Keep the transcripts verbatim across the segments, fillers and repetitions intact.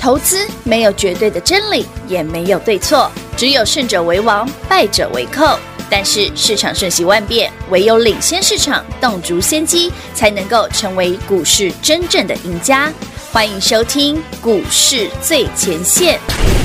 投资没有绝对的真理，也没有对错，只有胜者为王，败者为寇。但是市场瞬息万变，唯有领先市场，洞烛先机，才能够成为股市真正的赢家。欢迎收听股市最前线。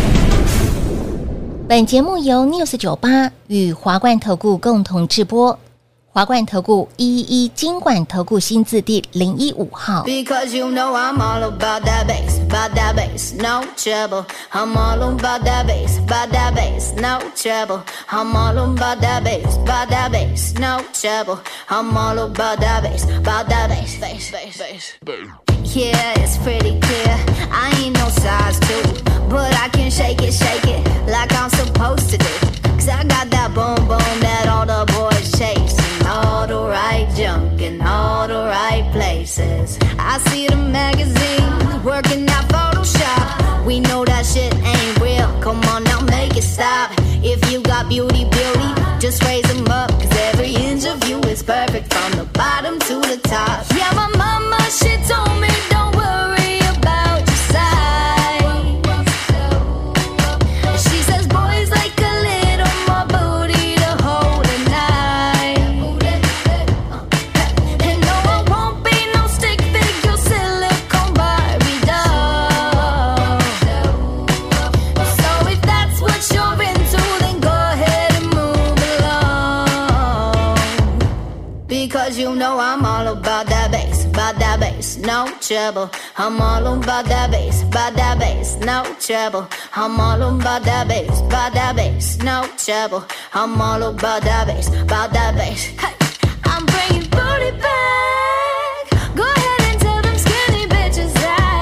本节目由 News 九十八 与华冠投顾共同制播。华冠投顾一一一金管投顾新字第零一五号。 Because you know I'm all about that bass, about that bass, no trouble. I'm all about that bass, about that bass, no trouble. I'm all about that bass, about that bass, no trouble. I'm all about that bass, about that bass, bass, bass, bass. Yeah, it's pretty clear. I ain't no size two, but I can shake it, shake it like I'm supposed to do. Cause I got that boom boom that all the boys chase. All the right junk in all the right places. I see the magazines working out Photoshop. We know that shit ain't real. Come on now, make it stop. If you got beauty, beauty, just raise them up. Cause every inch of you is perfect from the bottom to the top. Yeah, my mama, she told me don't worry about your size. She says boys like a little more booty to hold at night. And no, I won't be no stick figure silicone Barbie doll. So if that's what you're into, then go ahead and move along. Because you know I'm all about that bass, about that bass, no trouble. I'm all about that bass, about that bass, no trouble. I'm all about that bass, about that bass, no trouble. I'm all about that bass, about that bass. Hey, I'm bringing booty back. Go ahead and tell them skinny bitches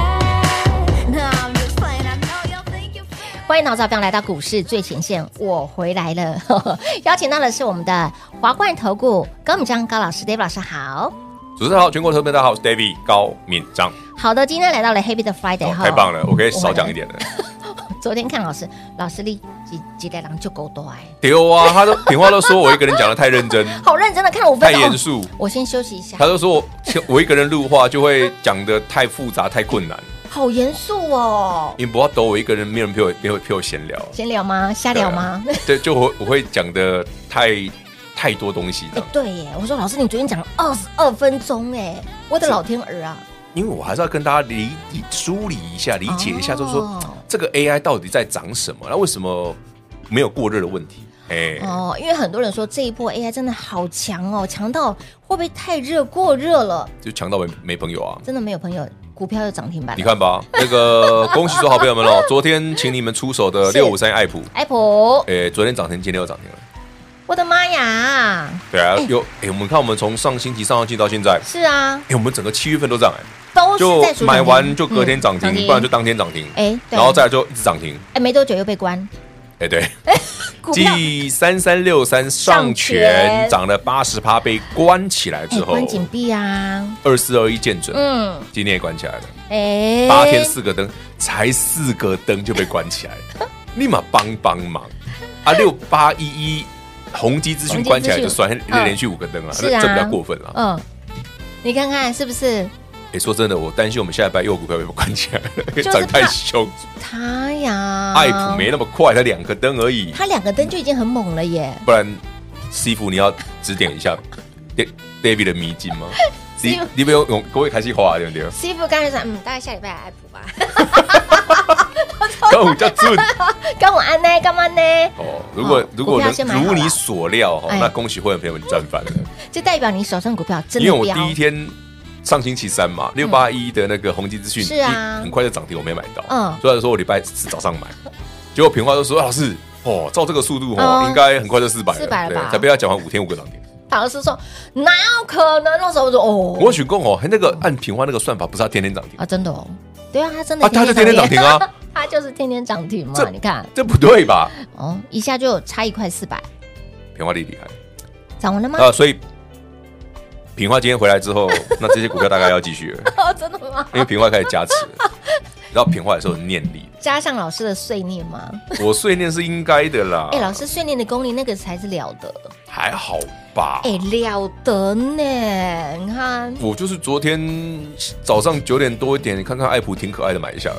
that. No, I'm just playing. I know y'all think you're fair. 欢迎老早朋友来到股市最前线，我回来了。呵呵邀请到的是我们的华冠投顾高敏章高老师 ，David 老师好。 主持人好，全国投资者大家好，我是 David 高敏章。 好的，今天来到了 Happy 的 Friday 哈、 哦，太棒了，我可以少讲一点了。 昨天看老师，老师你几几个人就够多哎。 丢啊，他都平话都说我一个人讲的太认真， 好认真的看了五分钟， 太严肃、哦。 我先休息一下。 他都说我我一个人录话就会讲的太复杂、太困难。 好严肃哦！ 因为不要抖我一个人，没有人陪我陪我陪我闲聊。 闲聊吗？瞎聊吗？ 对，就我我会讲的太太多东西的。 哎，对耶！我说老师，你昨天讲了二十二分钟哎，我的老天儿啊！ 因为我还是要跟大家理理梳理一下、理解一下，就是说这个 A I 到底在涨什么？那为什么没有过热的问题？哎， 哦，因为很多人说这一波 A I 真的好强哦，强到会不会太热过热了？ 就强到没没朋友啊！ 真的没有朋友，股票又涨停板。 你看吧，那个恭喜所有好朋友们喽！昨天请你们出手的六五三爱普， 爱普， 哎，昨天涨停，今天又涨停了。 我的妈呀！ 对啊，有哎，我们看我们从上星期上上季到现在， 是啊， 哎，我们整个七月份都这样哎。 都是在就买完就隔天涨停， 嗯、 不然就当天涨停， 哎， 然后再来就一直涨停， 哎，没多久又被关， 哎，对，继三三六三上权涨了八十趴被关起来之后， 关紧闭啊， 二四二一见准， 嗯， 今天也关起来了， 哎， 八天四个灯，才四个灯就被关起来了，立马帮帮忙啊！六八一一宏基资讯关起来就算，连续五个灯啊，这比较过分了， 嗯，你看看是不是？ 欸、说真的，我担心我们下礼拜又有股票被关起来了，涨太凶。 他呀， 爱普没那么快，才两个灯而已。 他两个灯就已经很猛了耶。 不然，师傅你要指点一下 David 的迷津吗？你你不用用各位开始画对不对？ 师傅刚才说，嗯，大概下礼拜来爱普吧。 刚我叫准， 刚我安呢，干嘛呢？ 哦，如果、哦、如果能如你所料哈、哎，那恭喜会员朋友们赚翻了。 就代表你手上股票真的因为我第一天。上星期三嘛，六八一的那个宏基资讯， 是啊， 很快就涨停，我没买到。 嗯， 所以说我礼拜四早上买，结果平花都说老师，哦，照这个速度哦，应该很快就四百了， 四百了吧？ 才被他讲完五天五个涨停。 老师说哪有可能？那时候我说哦， 我许共哦，那个按平花那个算法不是他天天涨停啊，真的哦，对啊，他真的啊，他就天天涨停啊， 他就是天天涨停嘛，你看这不对吧？ 哦，一下就差一块四百， 平花厉厉害， 涨完了吗？ 啊，所以。平花今天回来之后，那这些股票大概要继续了。 哦，真的吗？ 因为平花开始加持了，然后平花也是有念力， 加上老师的碎念吗？ 我碎念是应该的啦。 哎、欸，老师碎念的功力那个才是了得， 还好吧？ 哎、欸，了得呢！你看， 我就是昨天早上九点多一点，看看爱普挺可爱的买一下而已。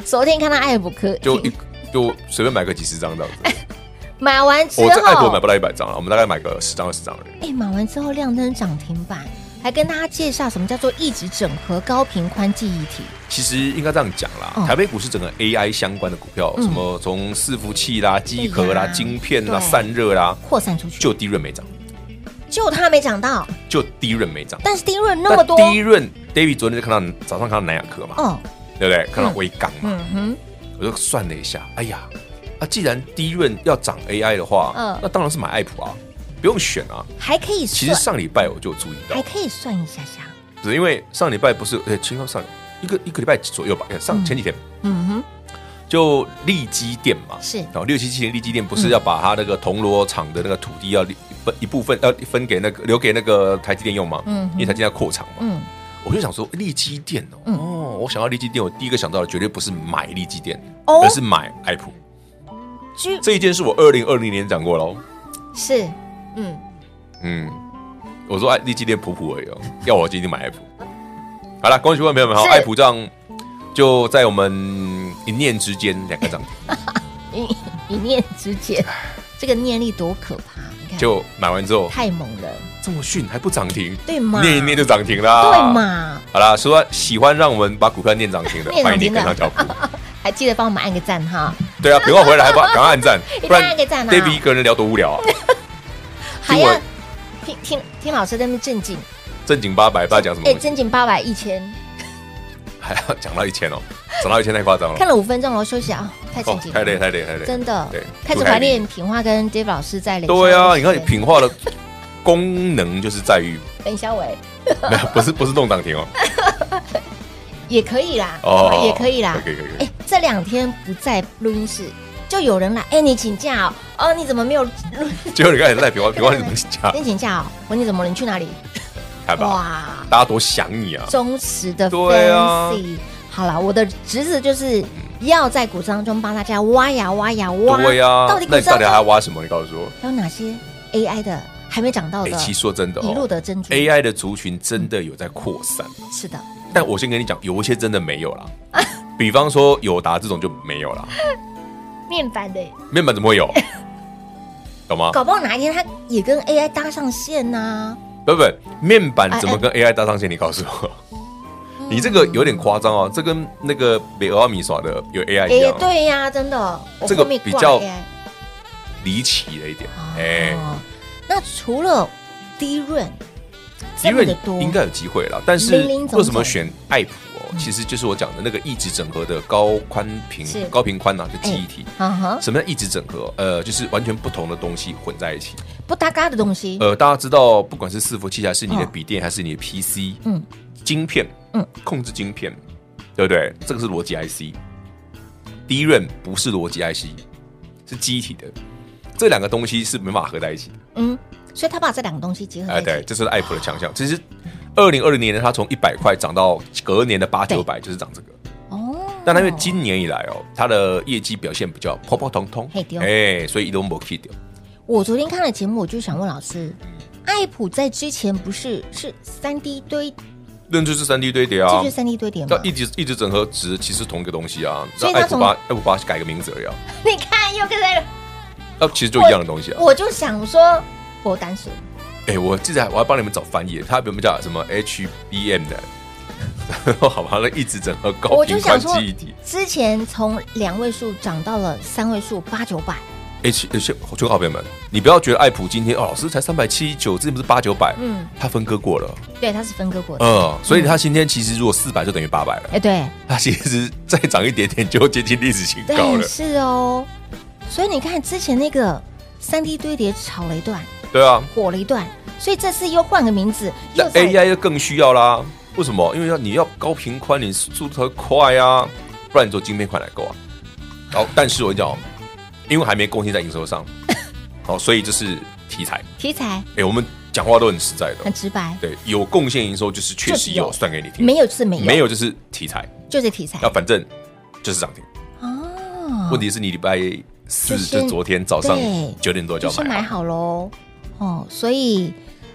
昨天看到爱普科就一就随便买个几十张这样子。 买完之后， 我在爱普买不到一百张了，我们大概买个十张二十张而已。 哎，买完之后亮灯涨停板，还跟大家介绍什么叫做一直整合高频宽记忆体。 其实应该这样讲啦， 哦台北股市整个 A I 相关的股票， 嗯什么从伺服器啦、机壳啦、 对呀晶片啦、 对散热啦， 扩散出去， 就低润没涨， 就它没涨到， 就低润没涨。 但是低润那么多， 低润 David 昨天就看到早上看到南亚科嘛， 哦， 对不对？看到微刚嘛， 嗯哼， 我就算了一下，哎呀，啊，既然低润要涨 A I 的话， 嗯那当然是买爱普啊，不用选啊。 还可以算， 其实上礼拜我就有注意到还，可以算一下下， 只是因为上礼拜不是，呃，轻松上一个一个礼拜左右吧，上前几天嗯哼， 就利基店嘛， 是然后六七七年利基店不是要把它那个铜锣厂的那个土地要分一部分要分给那个留给那个台积电用嘛， 嗯哼因为台积电要扩厂嘛， 嗯， 我就想说利基店哦， 嗯哦，我想到利基店，我第一个想到的绝对不是买利基店， 哦而是买爱普。 居这一件是我二零二零年讲过喽， 是，嗯， 嗯，我说爱利基店普普而已哦，要我今天买爱普。好了，恭喜各位朋友们，好， 是爱普这样就在我们一念之间两个涨停， 一一念之间，这个念力多可怕！你看， 就买完之后太猛了， 这么逊还不涨停， 对嘛？ 念一念就涨停啦， 对？嘛？ 好啦，说喜欢让我们把股票念涨停的，欢迎你念涨停的跟上脚步。 还记得帮我们按个赞哈， 对啊，平话回来还不赶快按赞， 一定不然要按个赞啊 David 一个人聊多无聊啊！ 还要听我听听听老师在那边正经， 正经八百，不知道讲什么哎， 东西， 正经八百一千， 还要讲到一千哦，讲到一千太夸张了看，了五分钟我休息啊，太正经，了， 哦太累太累太累， 真的， 对开始怀念品花跟 Dave 老师在雷对啊，你看你品化的功能就是在于， 冷小伟没有不是不是弄涨停哦， 也可以啦， 哦也可以啦， 可以可以可以哎，这两天不在录音室，就有人来，哎，你请假哦，哦，你怎么没有录？ 结果你看赖品化，品化你怎么讲？ 你请假哦，我说你怎么了？你去哪里？ 看吧， 哇， 大家多想你啊！ 忠实的对啊 fancy。好了，我的职责就是要在股市当中帮大家挖呀挖呀挖。 对呀， 到底股那你到底还要市当中挖什么？你告诉我。 还有哪些 A I 的还没涨到哎， 的？ 其实说真的一路哦的珍珠。 ，A I 的族群真的有在扩散， 是的， 但我先跟你讲，有一些真的没有啦。比方说友达这种就没有啦， 面板的， 面板怎么会有？懂吗？ 搞不好哪一天它也跟 A I 搭上线呐、 不不，面板怎么哎跟 A I 搭上线？你告诉我。你这个有点夸张哦，这跟那个北欧米耍的有 A I 一哎、 样哦， 对呀、真的，我这个后面挂比较 A I 离奇了一点。 哦哎， 那除了低润， 因为这么的多， 应该有机会了，但是林林总总为什么选爱普哦？其实就是我讲的那个一直整合的高宽频是高频宽啊的记忆体。 嗯哼， 什么叫一直整合？呃，就是完全不同的东西混在一起。 不搭嘎的东西， 呃，大家知道，不管是伺服器还是你的哦笔电还是你的 P C， 嗯， 晶片， 嗯， 控制晶片，对不对？这个是逻辑 I C， 第一润不是逻辑 I C， 是记忆体的。这两个东西是没办法合在一起的。 嗯，所以他把这两个东西结合在哎， 一起， 对，这是爱普的强项。其实，二零二零年呢，它从一百块涨到隔年的八九百，就是涨这个。 哦， 但它因为今年以来哦，它的业绩表现比较普普通通嘿对， 哎，所以都没 K 掉。 我昨天看了节目，我就想问老师，爱普在之前不是是三 D 堆， 那就是三 D 堆叠啊这就是，三 D 堆叠吗那？一直一直整合值其实同一个东西啊。 所以它从那爱普八爱普八改个名字而已啊， 你看又跟在， 那其实就一样的东西啊。 我就想说，我单纯哎，我记得还我还帮你们找翻译，它有没有叫什么 H B M 的？好吧，那一直整合高我就频想说宽记忆体。 之前从两位数涨到了三位数，八九百， H 呃，全国好朋友们，你不要觉得爱普今天哦，老师才三百七十九，之前不是八九百， 嗯， 它分割过了， 对，它是分割过的， 嗯，所以它今天其实如果四百就等于八百了， 哎，对， 它其实再涨一点点就接近历史新高对， 了， 是哦。所以你看之前那个三 D 堆叠炒了一段， 对啊， 火了一段，所以这次又换个名字， 那又在 A I 就更需要啦，为什么？因为要你要高频宽，你速度才会快啊，不然你做晶片快来够啊。好，但是我跟你讲哦，因为还没贡献在营收上，好，所以这是题材。 题材哎，我们讲话都很实在的很，直白， 对，有贡献营收就是确实有，算给你听， 没有就是没有， 没有就是题材。 就是题材要反正就是涨停。 哦。 问题是你礼拜四就先就昨天早上对九点多就就是买要买好， 好喽，哦，所以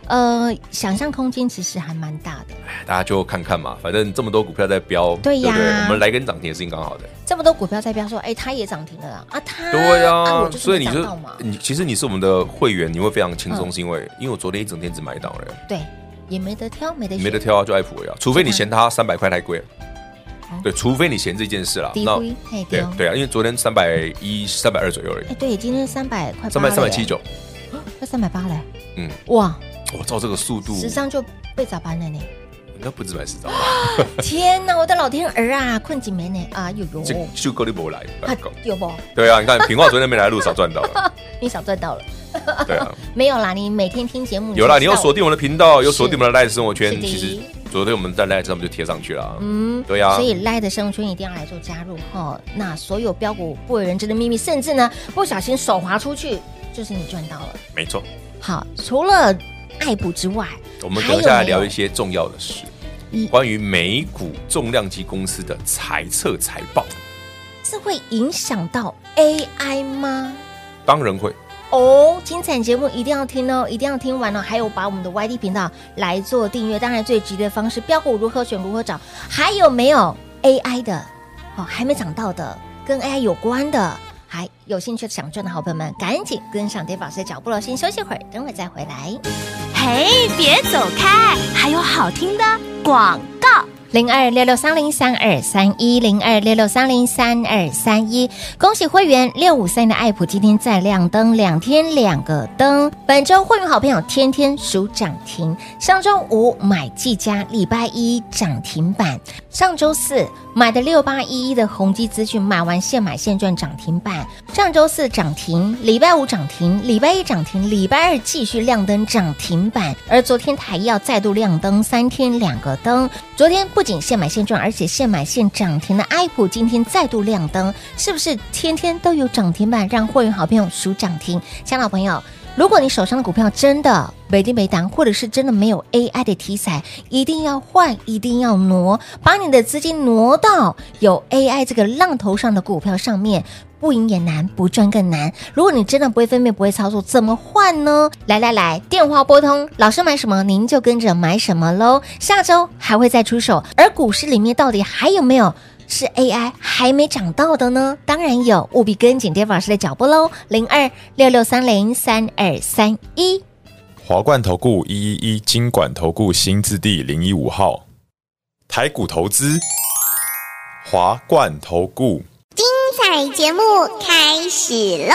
呃，想象空间其实还蛮大的。 大家就看看嘛，反正这么多股票在飙， 对呀， 对不对？我们来根涨停的事情刚好的。 这么多股票在飙，说，哎，它也涨停了啊，啊它对呀、 啊， 所以你就嘛你其实你是我们的会员，你会非常轻松， 嗯是因为因为我昨天一整天只买档了， 对，也没得挑，没得选没得挑啊，就爱普呀，除非你嫌它三百块太贵了。 嗯对，除非你嫌这件事啦， 低那估嘿对对哦对啊，因为昨天三百一、三百二左右而已哎，，对，今天三百块， 三百三百七九， 快三百八了， 嗯， 哇， 我照这个速度， 十张就被砸盘了呢。 应该不止买十张吧？ 天哪，我的老天儿啊，困几没呢啊，有有这就够你不来， 啊有不？ 对啊，你看平话昨天没来的路少赚到了， 你少赚到了。 对啊， 没有啦，你每天听节目有啦，你有锁定我们的频道，有锁定我们的 Light 生活圈， 是的其实昨天我们在 Light 上面就贴上去了， 嗯， 对啊所以赖的生活圈一定要来做加入哈。那所有标股不为人知的秘密，甚至呢不小心手滑出去，就是你赚到了。 没错。 好，除了爱普之外， 我们等一下来聊一些些重要的事嗯， 关于美股重量级公司的财测财报， 是会影响到 A I 吗？ 当然会。 哦，精彩节目一定要听哦，一定要听完哦。还有把我们的 Y T 频道来做订阅，当然最直接的方式，标股如何选、如何找，还有没有 A I 的哦，还没涨到的，跟 A I 有关的，还有兴趣想赚的好朋友们，赶紧跟上Dave老师的脚步了。先休息会儿，等会儿再回来。 嘿，别走开，还有好听的广告。 零二六六三零三二三一零二六六三零三二三一，恭喜会员六五三的爱普今天再亮灯，两天两个灯。本周会员好朋友天天数涨停，上周五买技嘉，礼拜一涨停板，上周四买的六八一一的宏基资讯，买完现买现赚涨停板，上周四涨停，礼拜五涨停，礼拜一涨停，礼拜二继续亮灯涨停板，而昨天台药再度亮灯，三天两个灯。昨天不仅现买现赚，而且现买现涨停的爱普今天再度亮灯，是不是天天都有涨停板，让会员好朋友数涨停？亲爱的朋友，如果你手上的股票真的没跌没档，或者是真的没有 A I 的题材，一定要换，一定要挪，把你的资金挪到有 A I 这个浪头上的股票上面。不赢也难，不赚更难。如果你真的不会分辨、不会操作，怎么换呢？来来来，电话拨通，老师买什么，您就跟着买什么喽。下周还会再出手，而股市里面到底还有没有是 A I 还没涨到的呢？当然有，务必跟紧 Dave 老师的脚步喽。零二六六三零三二三一， 华冠投顾一一一金管投顾新字第零一五号，台股投资，华冠投顾。 彩节目开始喽！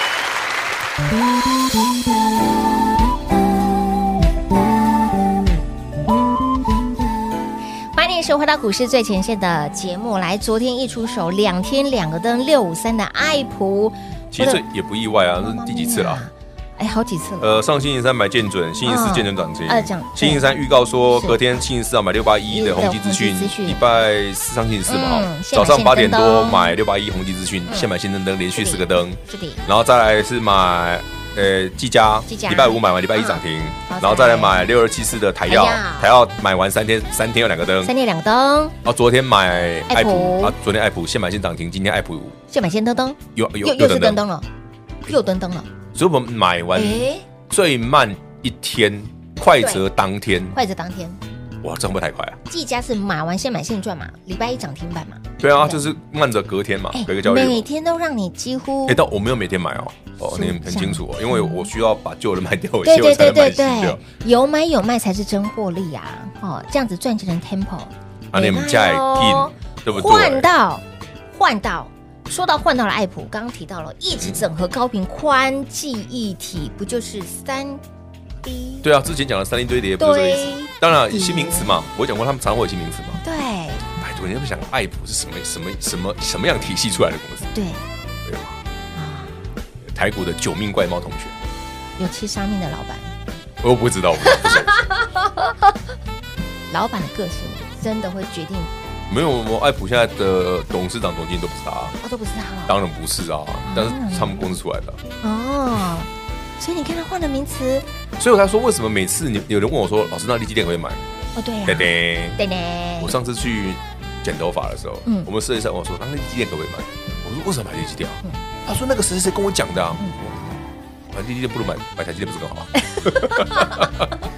欢迎收回到股市最前线的节目。来，昨天一出手，两天两个灯，六五三的爱普， 其实这也不意外啊，这是第几次了？ 哎，好几次了。 呃，上星期三买建准，星期四建准涨停。 呃，讲星期三预告说， 是隔天星期四要买六八一的宏基资讯宏基资讯， 礼拜四上星期四嘛， 嗯早上八点多现买现登买六八一宏基资讯， 嗯现买现登灯，连续四个灯， 是的， 然后再来是买呃技嘉技，嘉礼拜五买完，礼拜一涨停， 好然后再来买六二七四的台药台药， 台药买完三天，三天有两个灯， 三天两个灯， 然后昨天买爱爱普普啊，昨天爱普现买现涨停，今天爱普现买现登灯， 又又又是登灯了，又登灯了。 所以我们买完哎， 最慢一天，快则当天， 快则当天， 哇，这会不会太快啊？ 技嘉是买完现买现赚嘛，礼拜一涨停板嘛。 对啊， 对就是慢着隔天嘛哎， 隔个交易日嘛。 每天都让你几乎哎，但我没有每天买哦，哦， 是你很清楚哦，因为我需要把旧的卖掉，有对对些我才对对能买新的对。，有买有卖才是真获利啊！哦，这样子赚钱的 tempo， 啊，你们家也进，对不对？ 换到换到，说到换到了爱普，刚刚提到了一直整合高频宽记忆体，不就是三 D？ 对啊，之前讲的三零堆叠不是这个意思对。 当然新名词嘛，我讲过他们常会有新名词嘛。 对拜托，你要不想爱普是什么什么什么什么样体系出来的公司？ 对对吧？ 啊， 台股的九命怪猫同学， 有七杀命的老板， 我不知道，我不不熟悉。 老板的个性真的会决定， 没有，我爱普现在的董事长、总经理都不是他啊， 哦，都不是他了。 当然不是啊，但是他们公司出来的。 哦，所以你看他换了名词， 所以我才说，为什么每次你有人问我说，老师，那利基店可不可以买？ 哦，对呀、 对对， 对呢， 我上次去剪头发的时候， 嗯我们设计师问我说，那利基店可不可以买？我说为什么买利基店啊？他说那个谁谁谁跟我讲的啊。买利基店不如买买台积电不是更好？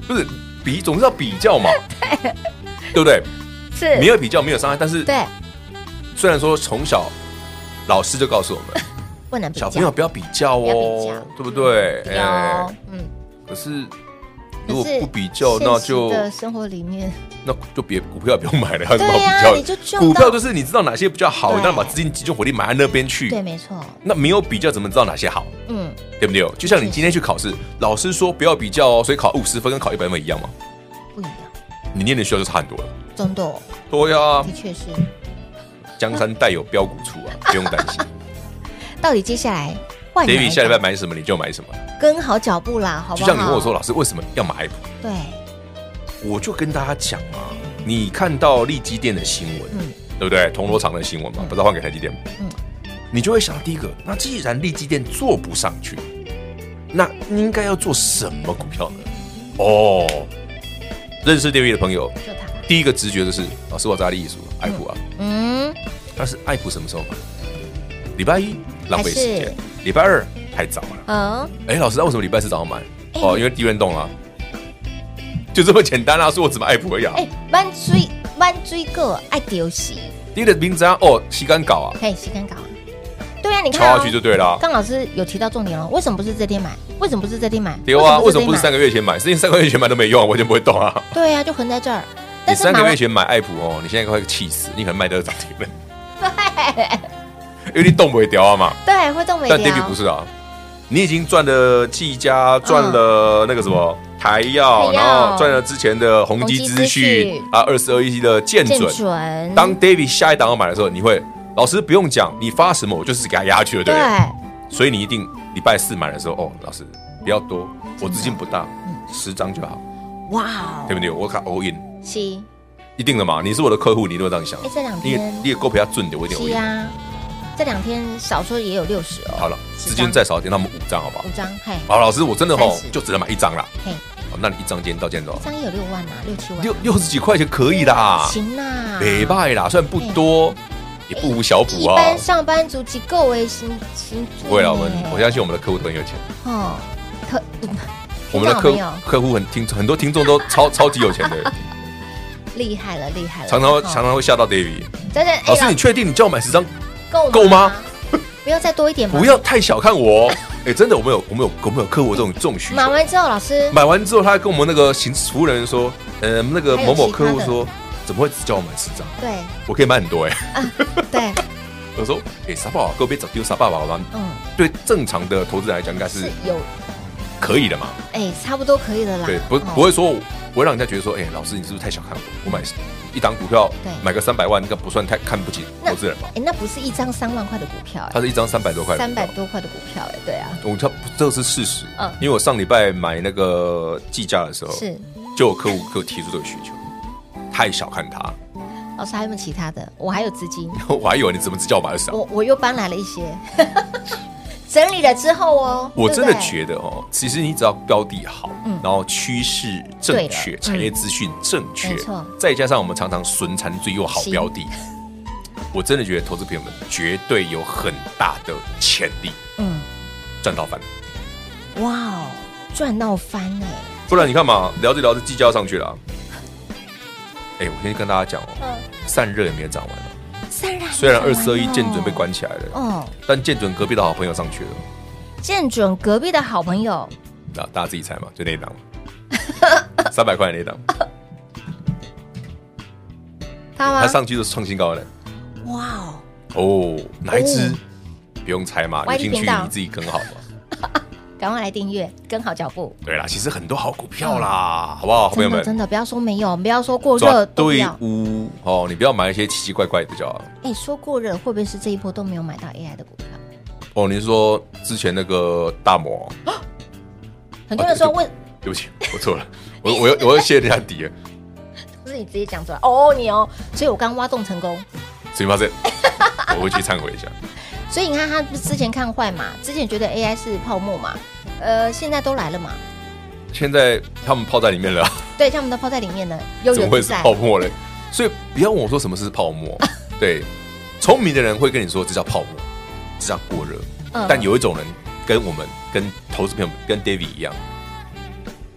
不是比总是要比较嘛，对，对不对？ 是没有比较没有伤害，但是对， 虽然说从小老师就告诉我们， 不能比较， 小朋友不要比较不要比哦较， 对不对？ 有，嗯， 可是如果可是不比较， 现实那就的生活里面， 那就别股票不用买了，还有什么好对呀比较的？ 你就赚到股票就是你知道哪些比较好， 对你当然把资金集中火力买在那边去。 对，没错， 那没有比较怎么知道哪些好？ 嗯， 对不对？就像你今天去考试，老师说不要比较哦，所以考五十分跟考一百分一样吗？ 不一样， 你念的学校就差很多了。 真的哦对呀的，确是。 江山代有标股处啊，不用担心。 到底接下来换哪一 David 档下礼拜买什么你就买什么， 跟好脚步啦，好不就好？ 像你问我说，老师为什么要买爱普？ 对， 我就跟大家讲嘛，你看到利基电的新闻， 嗯对不对？铜锣厂的新闻嘛，不知道换给台积电， 嗯你就会想第一个，那既然利基电做不上去，那应该要做什么股票呢？哦，认识 David 的朋友， 就它， 第一个直觉就是老师我在利益数爱普啊， 嗯， 但是爱普什么时候买？礼拜一浪费时还间，礼拜二太早了。 嗯， 哎，老师，那为什么礼拜四早上买？ 哎哦，因为地缘动啊，就这么简单啊！说我只买爱普而已啊。 哎，慢追慢追个爱丢戏， 第一个名字啊，哦，洗干搞啊， 嘿，时间搞啊，对啊，你敲看下去就对了啊。 刚老师有提到重点了，为什么不是这天买？为什么不是这天买？ 对啊，为什么不是三个？ 个月前买？是因为三个月前买都没用啊，完全不会动啊。 对啊，就横在这儿。 你但是买完三个月前买爱普哦，你现在快气死，你可能卖得涨停了， 对因为你动不会掉啊嘛。 对会动没但掉 David 不是啊，你已经赚了技嘉，赚了那个什么台药， 台药然后赚了之前的宏基资宏基资讯讯啊，二十二亿的建见准。 准， 当 David 下一档要买的时候，你会老师不用讲，你发什么我就是给他压下去了，对不对？ 对所以你一定礼拜四买的时候，哦，老师不要多，我资金不大，十张就好， 哇哦， 对不对？我看 all in， 是一定的嘛，你是我的客户，你都会这样想哎。这两你也天你也够陪他准的，我一定是 all in。 啊，这两天少说也有六十哦。 好了， 十资金再少一点，那我们五张好不好五？张，嘿， 好，老师，我真的吼三十就只能买一张啦。 嘿， 好，那你一张今天到现在多少？ 一张也有六万呐，六七万， 六六十几块钱可以啦， 行啦， 北拜啦，虽然不多，也不无小补啊一般。上班族机构为薪薪不会啦，我们我相信我们的客户都很有钱， 哦，可我们的客听众朋友客户很听很多听众都超超级有钱的， 厉害了，厉害了， 常常会哦常常会吓到 David。 真的，哎老师，你确定你叫我买十张？ 够够吗？ 不要再多一点吗？ 不要太小看我哦。哎，真的，我们有我们有我们有客户这种这种需求。 买完之后，老师买完之后，他还跟我们那个行服务人员说，呃，那个还有某某其他的客户说，怎么会只叫我买十张？ 对我可以买很多哎。 啊，对， 我说，哎，傻爸爸，各位别找丢傻爸爸吧。 嗯， 对正常的投资人来讲，应该是是有， 可以的嘛。 哎，差不多可以了啦。 对，不哦不会说，不会让人家觉得说，哎，老师你是不是太小看我？我买一档股票对， 买个三百万，应该不算太看不起投资人吧？ 哎，那不是一张三万块的股票，哎， 它是一张三百多块的三股票， 百多块的股票，哎，对啊， 我它这个是事实。 嗯因为我上礼拜买那个计价的时候， 是。 就有客户给我提出这个需求，太小看它。 老师还有没有其他的？我还有资金， 我还以为你怎么只叫我买二十张？ 我我又搬来了一些，整理了之后哦， 我真的对不对觉得哦，其实你只要标的好， 嗯然后趋势正确， 对了产业资讯正确没错， 再加上我们常常损残最又好标的，我真的觉得投资朋友们绝对有很大的潜力嗯， 赚到翻。 哇哦，赚到翻哎！ 不然你看嘛，聊着聊着计价上去了啊。哎，我先跟大家讲哦， 嗯， 散热也没有涨完哦。 三然虽然二十二亿建准被关起来了， 哦， 但建准隔壁的好朋友上去了， 建准隔壁的好朋友， 那大家自己猜嘛，就那一档，三百块的那一档， 他吗？ 它上去就是创新高了。 哇哦， 哦，哪一支哦？ 不用猜嘛，有 Y T 兴趣频道你自己跟好嘛。 赶快来订阅，跟好脚步。 对啦，其实很多好股票啦，好不好，好朋友们？ 真的真的，不要说没有，不要说过热抓对都不要。 屋哦，你不要买一些奇奇怪怪的就好。 哎，说过热会不会是这一波都没有买到 A I 的股票？ 哦，你是说之前那个大摩？ 很多人说哦问， 对不起，我错了，我我又我又泄人家底了， 不是你直接讲出来哦，你哦，所以我刚挖洞成功。 所以发现我会去忏悔一下。 所以你看，他不是之前看坏嘛，之前觉得 A I 是泡沫嘛，呃，现在都来了嘛， 现在他们泡在里面了， 对，他们都泡在里面了，悠怎么会是游自在。 泡沫嘞？所以不要问我说什么是泡沫。对，聪明的人会跟你说这叫泡沫，这叫过热。 嗯但有一种人跟我们跟投资朋友们跟 David 一样，就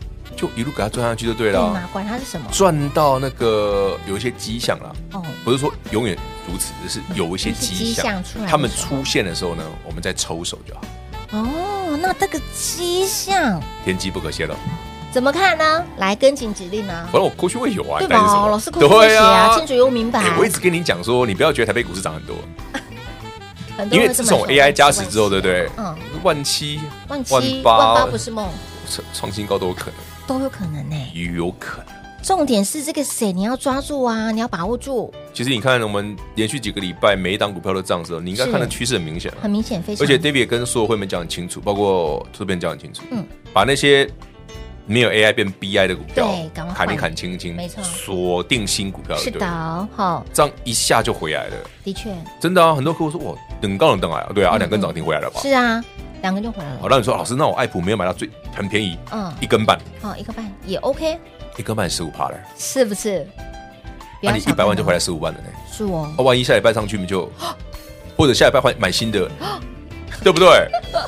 就一路给它赚下去就对了。 对嘛？管它是什么， 赚到那个有一些迹象啦， 哦， 不是说永远如此，只是有一些迹迹象象出来的时候， 他们出现的时候呢，我们再抽手就好。 哦，那这个迹象天机不可泄露， 怎么看呢？来跟紧指令呢？ 反正我过去会有啊， 对你担心什么吧？老师过去会写啊，清楚又明白。 哎我一直跟你讲说，你不要觉得台北股市涨很多， 很多人会这么说因为自从 A I 加持之后，对不对？ 嗯， 万七、 万七、万八不是梦， 创新高都有可能， 都有可能呢。 有可能。 重点是这个谁，你要抓住啊，你要把握住。 其实你看，我们连续几个礼拜每一档股票都涨的时候，你应该看的趋势很明显啊， 很明显，非常。 而且 David 也跟所有会员讲很清楚，包括这边讲很清楚， 嗯， 把那些没有 A I 变 B I 的股票， 对，赶快换砍一砍清清， 没错， 锁定新股票， 是的，好， 这样一下就回来了。 的确， 真的啊，很多客户说哇，等高能等来啊，对啊，两根涨停回来了吧？ 是啊，两根就回来了。 好，那你说老师，那我爱普没有买到最很便宜， 嗯， 一根半， 好，一个半也 OK， 一根半十五趴嘞， 是不是？ 那你一百万就回来十五万了呢？ 是哦， 那万一下礼拜上去，你就或者下礼拜换买新的，对不对？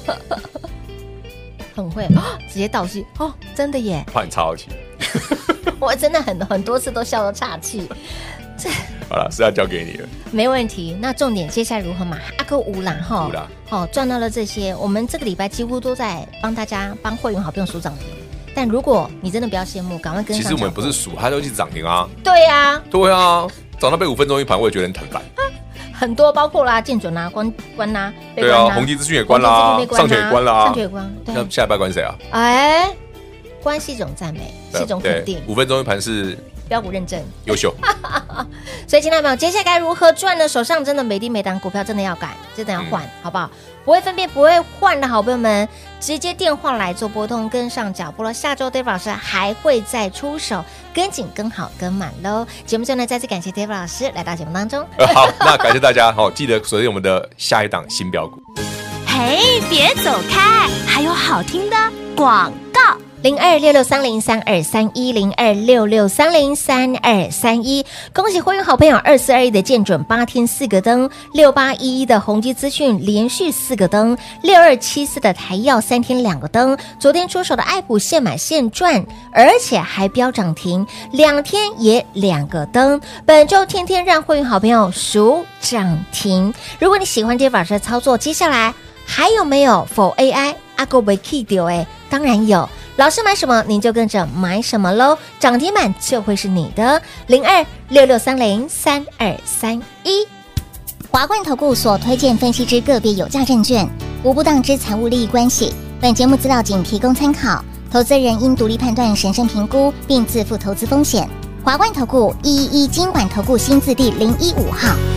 很会，直接倒吸哦，真的耶！ 怕你岔气， 我真的很很多次都笑到岔气。这好了，是要交给你了， 没问题。那重点接下来如何嘛？阿哥五啦哈， 五啦， 好赚到了这些，我们这个礼拜几乎都在帮大家帮会员好朋友数涨停。但如果你真的不要羡慕，赶快跟上。 其实我们不是数，它就一直涨停啊。 对呀， 对啊，涨到被五分钟一盘，我也觉得很很烦。 很多包括啦，建准啦，关关啦， 对啊，宏基资讯也关啦，上权也关啦， 上权也关。 那下礼拜关谁啊？ 哎，关系一种赞美，是一种肯定。 五分钟一盘是标股认证， 优秀。 所以，亲爱的朋友，接下来该如何赚呢？手上真的每滴每档股票真的要改，真的要换，嗯、好不好？不会分辨、不会换的好朋友们，直接电话来做拨通，跟上脚步了。下周 David 老师还会再出手，跟紧、跟好、跟满喽。节目最后呢，再次感谢 David 老师来到节目当中。 呃、好，那感谢大家，好，记得锁定我们的下一档新标股。 嘿，别走开，还有好听的广告。 零二六六三零三二三一零二六六三零三二三一，恭喜会员好朋友二四二一的建准八天四个灯，六八一一的宏基资讯连续四个灯，六二七四的台药三天两个灯，昨天出手的爱普现买现赚，而且还飙涨停，两天也两个灯，本周天天让会员好朋友数涨停。如果你喜欢这老师的操作，接下来还有没有 for A I 阿哥被 key 掉？哎，当然有。老师买什么，您就跟着买什么喽！涨停板就会是你的。零二六六三零三二三一， 华冠投顾所推荐分析之个别有价证券，无不当之财务利益关系。本节目资料仅提供参考，投资人应独立判断、审慎评估，并自负投资风险。华冠投顾一一一金管投顾新字第零一五号。